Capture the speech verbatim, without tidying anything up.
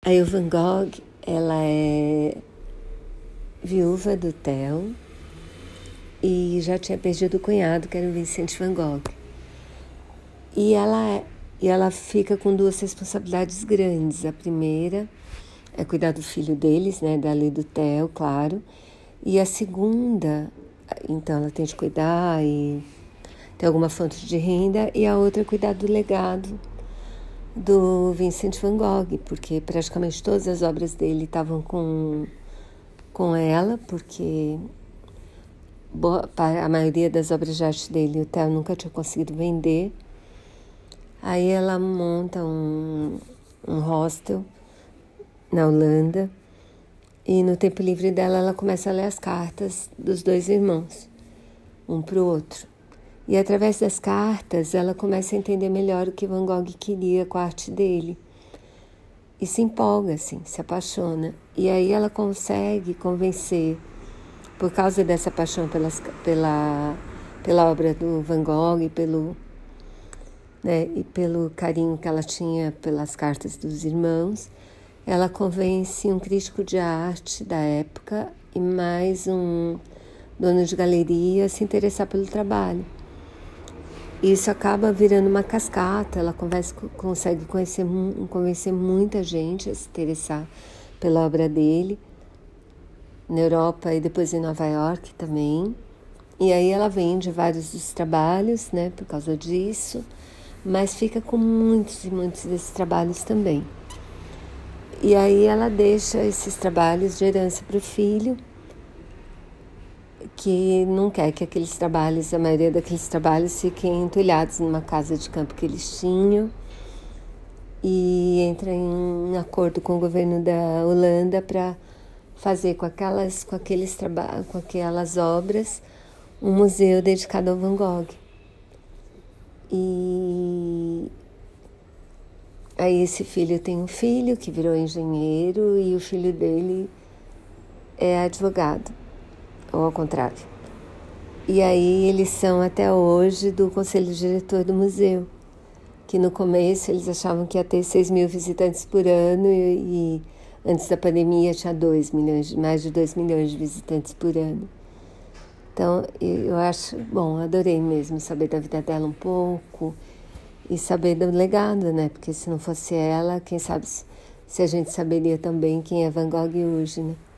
A Eva Van Gogh, ela é viúva do Theo e já tinha perdido o cunhado, que era o Vincent Van Gogh. E ela, é, e ela fica com duas responsabilidades grandes. A primeira é cuidar do filho deles, né, dali do Theo, claro. E a segunda, então ela tem de cuidar e ter alguma fonte de renda. E a outra é cuidar do legado do Vincent Van Gogh, porque praticamente todas as obras dele estavam com, com ela, porque boa, a maioria das obras de arte dele o Theo nunca tinha conseguido vender. Aí ela monta um, um hostel na Holanda e no tempo livre dela ela começa a ler as cartas dos dois irmãos, um para o outro. E através das cartas ela começa a entender melhor o que Van Gogh queria com a arte dele. E se empolga, assim, se apaixona. E aí ela consegue convencer, por causa dessa paixão pelas, pela, pela obra do Van Gogh e pelo, né, e pelo carinho que ela tinha pelas cartas dos irmãos, ela convence um crítico de arte da época e mais um dono de galeria a se interessar pelo trabalho. Isso acaba virando uma cascata, ela conversa, consegue conhecer, convencer muita gente a se interessar pela obra dele, na Europa e depois em Nova York também. E aí ela vende vários dos trabalhos, né, por causa disso, mas fica com muitos e muitos desses trabalhos também. E aí ela deixa esses trabalhos de herança para o filho, que não quer que aqueles trabalhos, a maioria daqueles trabalhos fiquem entulhados numa casa de campo que eles tinham, e entra em acordo com o governo da Holanda para fazer com aquelas, com aqueles trabalhos, com aquelas obras, um museu dedicado ao Van Gogh. E aí esse filho tem um filho que virou engenheiro e o filho dele é advogado, ou ao contrário. E aí eles são até hoje do conselho diretor do museu, que no começo eles achavam que ia ter seis mil visitantes por ano e, e antes da pandemia tinha dois milhões, mais de dois milhões de visitantes por ano. Então eu acho, bom, adorei mesmo saber da vida dela um pouco e saber do legado, né? Porque se não fosse ela, quem sabe se a gente saberia também quem é Van Gogh hoje, né?